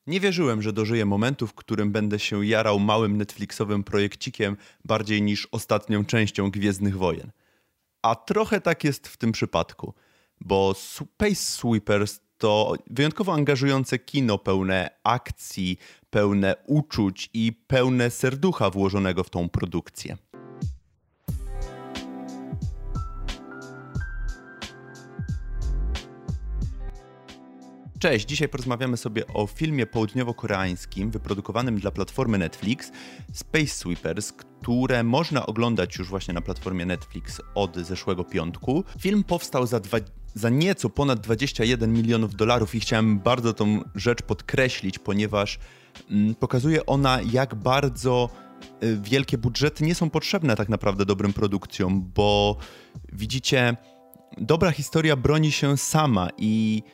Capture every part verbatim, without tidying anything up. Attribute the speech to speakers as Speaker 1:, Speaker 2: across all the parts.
Speaker 1: Nie wierzyłem, że dożyję momentu, w którym będę się jarał małym Netflixowym projekcikiem bardziej niż ostatnią częścią Gwiezdnych Wojen. A trochę tak jest w tym przypadku, bo Space Sweepers to wyjątkowo angażujące kino pełne akcji, pełne uczuć i pełne serducha włożonego w tą produkcję. Cześć, dzisiaj porozmawiamy sobie o filmie południowo-koreańskim wyprodukowanym dla platformy Netflix Space Sweepers, które można oglądać już właśnie na platformie Netflix od zeszłego piątku. Film powstał za, dwa, za nieco ponad dwadzieścia jeden milionów dolarów i chciałem bardzo tą rzecz podkreślić, ponieważ mm, pokazuje ona, jak bardzo y, wielkie budżety nie są potrzebne tak naprawdę dobrym produkcjom, bo widzicie, dobra historia broni się sama i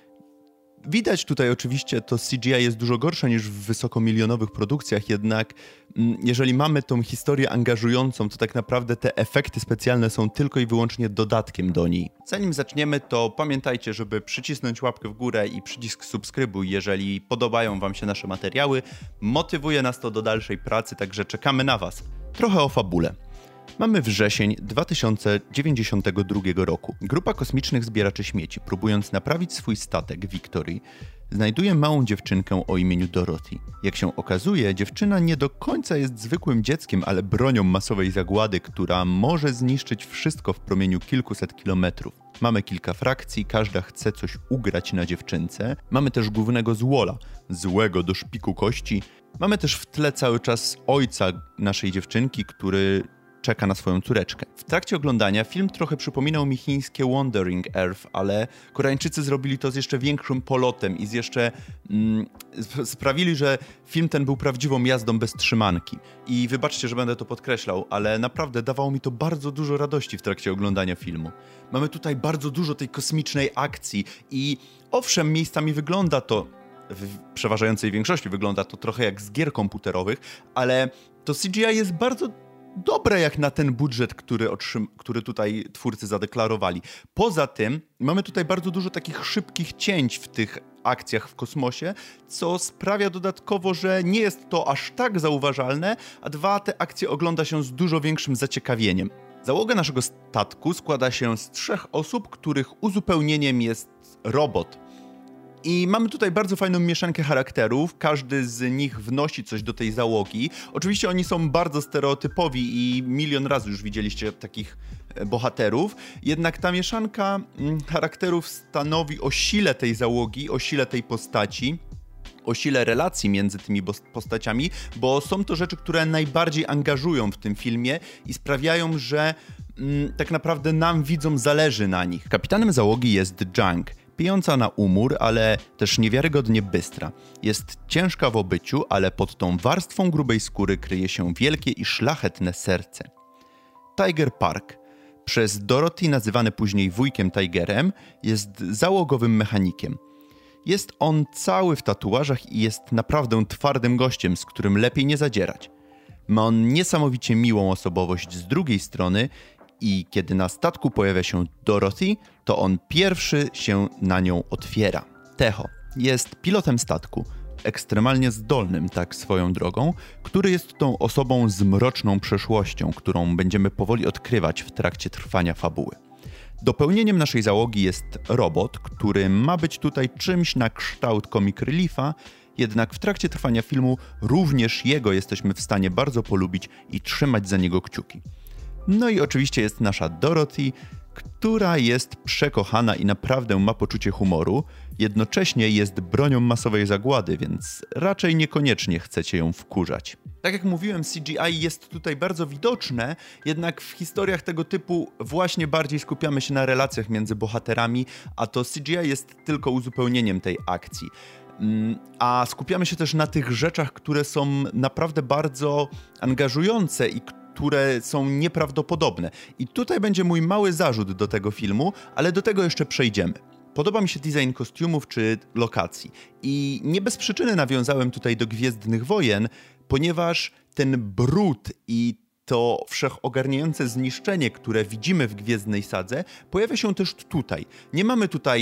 Speaker 1: widać tutaj oczywiście, to C G I jest dużo gorsze niż w wysokomilionowych produkcjach, jednak jeżeli mamy tą historię angażującą, to tak naprawdę te efekty specjalne są tylko i wyłącznie dodatkiem do niej. Zanim zaczniemy, to pamiętajcie, żeby przycisnąć łapkę w górę i przycisk subskrybuj, jeżeli podobają Wam się nasze materiały. Motywuje nas to do dalszej pracy, także czekamy na Was. Trochę o fabule. Mamy wrzesień dwa tysiące dziewięćdziesiątego drugiego roku. Grupa kosmicznych zbieraczy śmieci, próbując naprawić swój statek Victory, znajduje małą dziewczynkę o imieniu Dorothy. Jak się okazuje, dziewczyna nie do końca jest zwykłym dzieckiem, ale bronią masowej zagłady, która może zniszczyć wszystko w promieniu kilkuset kilometrów. Mamy kilka frakcji, każda chce coś ugrać na dziewczynce. Mamy też głównego złola, złego do szpiku kości. Mamy też w tle cały czas ojca naszej dziewczynki, który czeka na swoją córeczkę. W trakcie oglądania film trochę przypominał mi chińskie Wandering Earth, ale Koreańczycy zrobili to z jeszcze większym polotem i z jeszcze mm, sprawili, że film ten był prawdziwą jazdą bez trzymanki. I wybaczcie, że będę to podkreślał, ale naprawdę dawało mi to bardzo dużo radości w trakcie oglądania filmu. Mamy tutaj bardzo dużo tej kosmicznej akcji i owszem, miejscami wygląda to, w przeważającej większości wygląda to trochę jak z gier komputerowych, ale to C G I jest bardzo dobre jak na ten budżet, który, otrzym- który tutaj twórcy zadeklarowali. Poza tym mamy tutaj bardzo dużo takich szybkich cięć w tych akcjach w kosmosie, co sprawia dodatkowo, że nie jest to aż tak zauważalne, a dwa, te akcje ogląda się z dużo większym zaciekawieniem. Załoga naszego statku składa się z trzech osób, których uzupełnieniem jest robot. I mamy tutaj bardzo fajną mieszankę charakterów, każdy z nich wnosi coś do tej załogi. Oczywiście oni są bardzo stereotypowi i milion razy już widzieliście takich bohaterów, jednak ta mieszanka charakterów stanowi o sile tej załogi, o sile tej postaci, o sile relacji między tymi postaciami, bo są to rzeczy, które najbardziej angażują w tym filmie i sprawiają, że mm, tak naprawdę nam, widzom, zależy na nich. Kapitanem załogi jest Jang, pijąca na umór, ale też niewiarygodnie bystra. Jest ciężka w obyciu, ale pod tą warstwą grubej skóry kryje się wielkie i szlachetne serce. Tiger Park, przez Dorothy nazywany później wujkiem Tigerem, jest załogowym mechanikiem. Jest on cały w tatuażach i jest naprawdę twardym gościem, z którym lepiej nie zadzierać. Ma on niesamowicie miłą osobowość z drugiej strony i kiedy na statku pojawia się Dorothy, to on pierwszy się na nią otwiera. Teho jest pilotem statku, ekstremalnie zdolnym tak swoją drogą, który jest tą osobą z mroczną przeszłością, którą będziemy powoli odkrywać w trakcie trwania fabuły. Dopełnieniem naszej załogi jest robot, który ma być tutaj czymś na kształt comic reliefa, jednak w trakcie trwania filmu również jego jesteśmy w stanie bardzo polubić i trzymać za niego kciuki. No i oczywiście jest nasza Dorothy, która jest przekochana i naprawdę ma poczucie humoru, jednocześnie jest bronią masowej zagłady, więc raczej niekoniecznie chcecie ją wkurzać. Tak jak mówiłem, C G I jest tutaj bardzo widoczne, jednak w historiach tego typu właśnie bardziej skupiamy się na relacjach między bohaterami, a to C G I jest tylko uzupełnieniem tej akcji. A skupiamy się też na tych rzeczach, które są naprawdę bardzo angażujące i które są nieprawdopodobne. I tutaj będzie mój mały zarzut do tego filmu, ale do tego jeszcze przejdziemy. Podoba mi się design kostiumów czy lokacji. I nie bez przyczyny nawiązałem tutaj do Gwiezdnych Wojen, ponieważ ten brud i to wszechogarniające zniszczenie, które widzimy w Gwiezdnej Sadze, pojawia się też tutaj. Nie mamy tutaj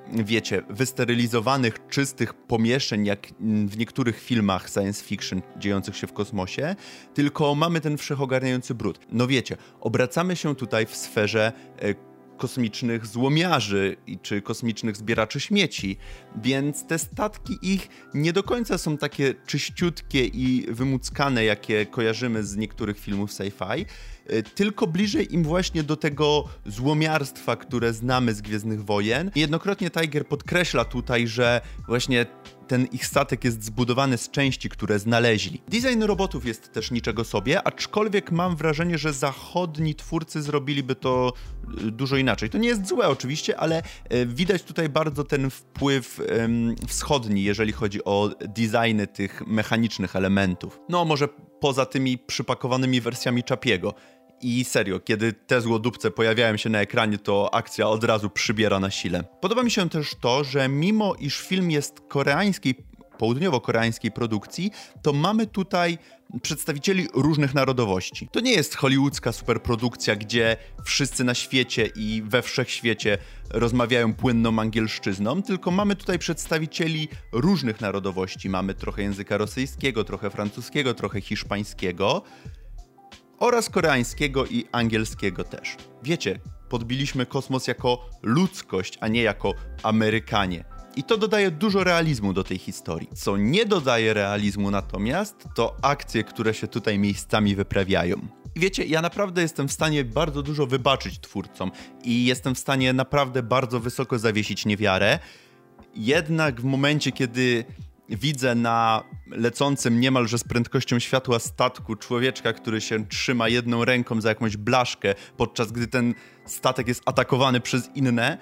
Speaker 1: wiecie, wysterylizowanych, czystych pomieszczeń, jak w niektórych filmach science fiction dziejących się w kosmosie, tylko mamy ten wszechogarniający brud. No wiecie, obracamy się tutaj w sferze e, kosmicznych złomiarzy czy kosmicznych zbieraczy śmieci, więc te statki ich nie do końca są takie czyściutkie i wymuckane, jakie kojarzymy z niektórych filmów sci-fi, tylko bliżej im właśnie do tego złomiarstwa, które znamy z Gwiezdnych Wojen. Jednokrotnie Tiger podkreśla tutaj, że właśnie ten ich statek jest zbudowany z części, które znaleźli. Design robotów jest też niczego sobie, aczkolwiek mam wrażenie, że zachodni twórcy zrobiliby to dużo inaczej. To nie jest złe oczywiście, ale widać tutaj bardzo ten wpływ um, wschodni, jeżeli chodzi o designy tych mechanicznych elementów. No może poza tymi przypakowanymi wersjami Chapiego. I serio, kiedy te złodupce pojawiają się na ekranie, to akcja od razu przybiera na sile. Podoba mi się też to, że mimo iż film jest koreańskiej, południowo-koreańskiej produkcji, to mamy tutaj przedstawicieli różnych narodowości. To nie jest hollywoodzka superprodukcja, gdzie wszyscy na świecie i we wszechświecie rozmawiają płynną angielszczyzną, tylko mamy tutaj przedstawicieli różnych narodowości. Mamy trochę języka rosyjskiego, trochę francuskiego, trochę hiszpańskiego oraz koreańskiego i angielskiego też. Wiecie, podbiliśmy kosmos jako ludzkość, a nie jako Amerykanie. I to dodaje dużo realizmu do tej historii. Co nie dodaje realizmu natomiast, to akcje, które się tutaj miejscami wyprawiają. I wiecie, ja naprawdę jestem w stanie bardzo dużo wybaczyć twórcom i jestem w stanie naprawdę bardzo wysoko zawiesić niewiarę. Jednak w momencie, kiedy widzę na lecącym niemalże z prędkością światła statku człowieczka, który się trzyma jedną ręką za jakąś blaszkę, podczas gdy ten statek jest atakowany przez inne,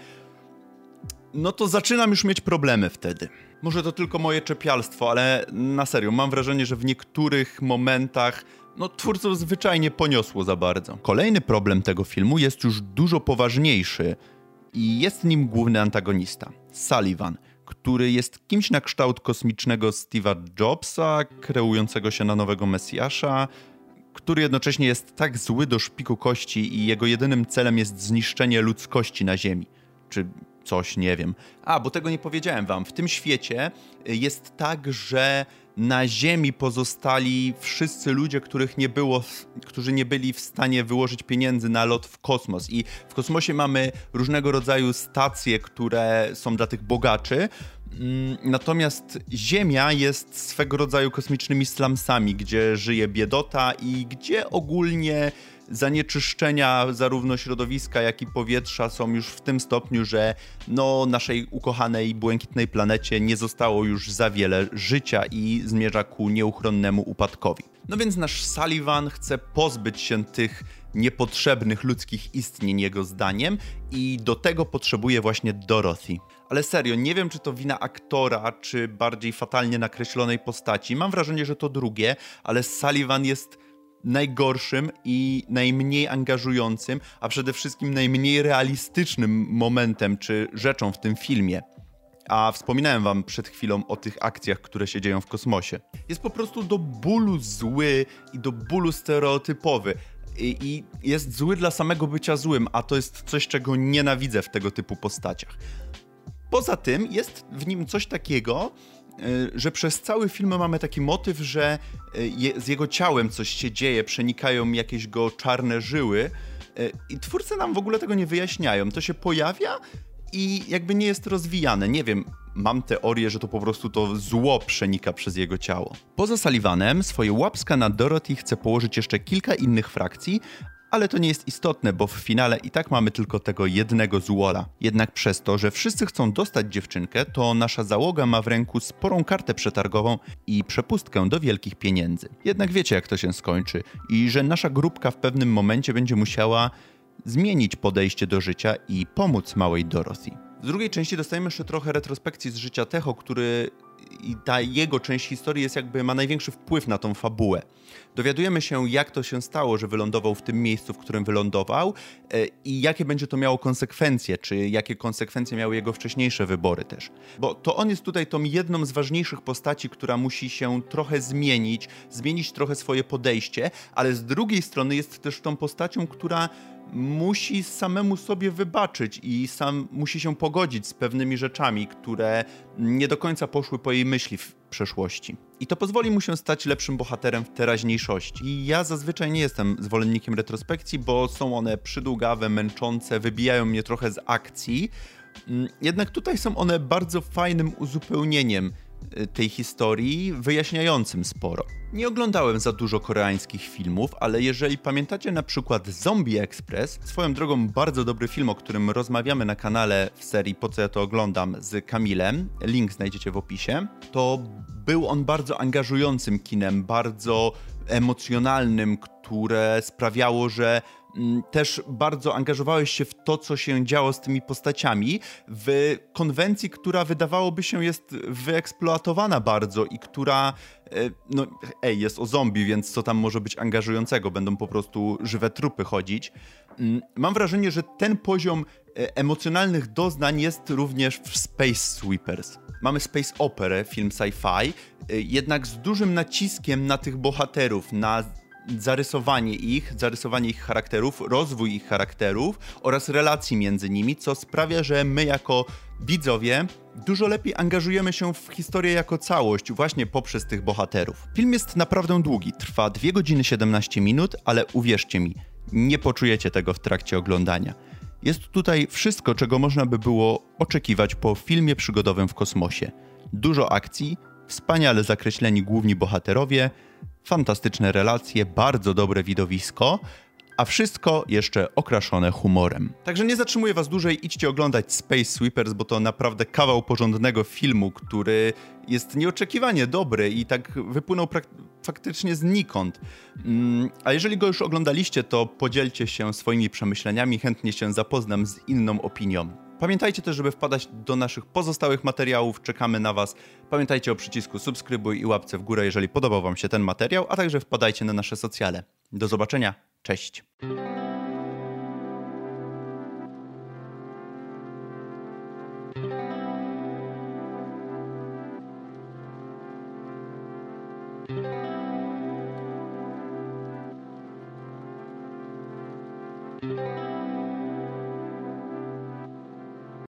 Speaker 1: no to zaczynam już mieć problemy wtedy. Może to tylko moje czepialstwo, ale na serio, mam wrażenie, że w niektórych momentach no twórców zwyczajnie poniosło za bardzo. Kolejny problem tego filmu jest już dużo poważniejszy i jest nim główny antagonista, Sullivan, który jest kimś na kształt kosmicznego Steve'a Jobsa, kreującego się na nowego Mesjasza, który jednocześnie jest tak zły do szpiku kości i jego jedynym celem jest zniszczenie ludzkości na Ziemi. Czy coś, nie wiem. A, bo tego nie powiedziałem wam. W tym świecie jest tak, że na Ziemi pozostali wszyscy ludzie, których nie było, którzy nie byli w stanie wyłożyć pieniędzy na lot w kosmos. I w kosmosie mamy różnego rodzaju stacje, które są dla tych bogaczy. Natomiast Ziemia jest swego rodzaju kosmicznymi slumsami, gdzie żyje biedota i gdzie ogólnie zanieczyszczenia zarówno środowiska, jak i powietrza są już w tym stopniu, że no, naszej ukochanej błękitnej planecie nie zostało już za wiele życia i zmierza ku nieuchronnemu upadkowi. No więc nasz Sullivan chce pozbyć się tych niepotrzebnych ludzkich istnień jego zdaniem i do tego potrzebuje właśnie Dorothy. Ale serio, nie wiem, czy to wina aktora, czy bardziej fatalnie nakreślonej postaci. Mam wrażenie, że to drugie, ale Sullivan jest najgorszym i najmniej angażującym, a przede wszystkim najmniej realistycznym momentem czy rzeczą w tym filmie. A wspominałem wam przed chwilą o tych akcjach, które się dzieją w kosmosie. Jest po prostu do bólu zły i do bólu stereotypowy. I, i jest zły dla samego bycia złym, a to jest coś, czego nienawidzę w tego typu postaciach. Poza tym jest w nim coś takiego, że przez cały film mamy taki motyw, że je, z jego ciałem coś się dzieje, przenikają jakieś go czarne żyły i twórcy nam w ogóle tego nie wyjaśniają. To się pojawia i jakby nie jest rozwijane. Nie wiem, mam teorię, że to po prostu to zło przenika przez jego ciało. Poza Sullivanem swoje łapska na Dorothy chce położyć jeszcze kilka innych frakcji, ale to nie jest istotne, bo w finale i tak mamy tylko tego jednego złola. Jednak przez to, że wszyscy chcą dostać dziewczynkę, to nasza załoga ma w ręku sporą kartę przetargową i przepustkę do wielkich pieniędzy. Jednak wiecie, jak to się skończy i że nasza grupka w pewnym momencie będzie musiała zmienić podejście do życia i pomóc małej Dorothy. W drugiej części dostajemy jeszcze trochę retrospekcji z życia Techo, który i ta jego część historii jest jakby ma największy wpływ na tą fabułę. Dowiadujemy się, jak to się stało, że wylądował w tym miejscu, w którym wylądował i jakie będzie to miało konsekwencje, czy jakie konsekwencje miały jego wcześniejsze wybory też. Bo to on jest tutaj tą jedną z ważniejszych postaci, która musi się trochę zmienić, zmienić trochę swoje podejście, ale z drugiej strony jest też tą postacią, która musi samemu sobie wybaczyć i sam musi się pogodzić z pewnymi rzeczami, które nie do końca poszły po jej myśli w przeszłości. I to pozwoli mu się stać lepszym bohaterem w teraźniejszości. I ja zazwyczaj nie jestem zwolennikiem retrospekcji, bo są one przydługawe, męczące, wybijają mnie trochę z akcji. Jednak tutaj są one bardzo fajnym uzupełnieniem tej historii, wyjaśniającym sporo. Nie oglądałem za dużo koreańskich filmów, ale jeżeli pamiętacie na przykład Zombie Express, swoją drogą bardzo dobry film, o którym rozmawiamy na kanale w serii Po co ja to oglądam z Kamilem, link znajdziecie w opisie, to był on bardzo angażującym kinem, bardzo emocjonalnym, które sprawiało, że też bardzo angażowałeś się w to, co się działo z tymi postaciami w konwencji, która wydawałoby się jest wyeksploatowana bardzo i która, no ej, jest o zombie, więc co tam może być angażującego? Będą po prostu żywe trupy chodzić. Mam wrażenie, że ten poziom emocjonalnych doznań jest również w Space Sweepers. Mamy space operę, film sci-fi, jednak z dużym naciskiem na tych bohaterów, na zarysowanie ich, zarysowanie ich charakterów, rozwój ich charakterów oraz relacji między nimi, co sprawia, że my jako widzowie dużo lepiej angażujemy się w historię jako całość właśnie poprzez tych bohaterów. Film jest naprawdę długi, trwa dwie godziny siedemnaście minut, ale uwierzcie mi, nie poczujecie tego w trakcie oglądania. Jest tutaj wszystko, czego można by było oczekiwać po filmie przygodowym w kosmosie. Dużo akcji, wspaniale zakreśleni główni bohaterowie, fantastyczne relacje, bardzo dobre widowisko, a wszystko jeszcze okraszone humorem. Także nie zatrzymuję was dłużej, idźcie oglądać Space Sweepers, bo to naprawdę kawał porządnego filmu, który jest nieoczekiwanie dobry i tak wypłynął faktycznie znikąd. Mm, a jeżeli go już oglądaliście, to podzielcie się swoimi przemyśleniami, chętnie się zapoznam z inną opinią. Pamiętajcie też, żeby wpadać do naszych pozostałych materiałów, czekamy na was. Pamiętajcie o przycisku subskrybuj i łapce w górę, jeżeli podobał wam się ten materiał, a także wpadajcie na nasze socjale. Do zobaczenia, cześć!
Speaker 2: Thank you.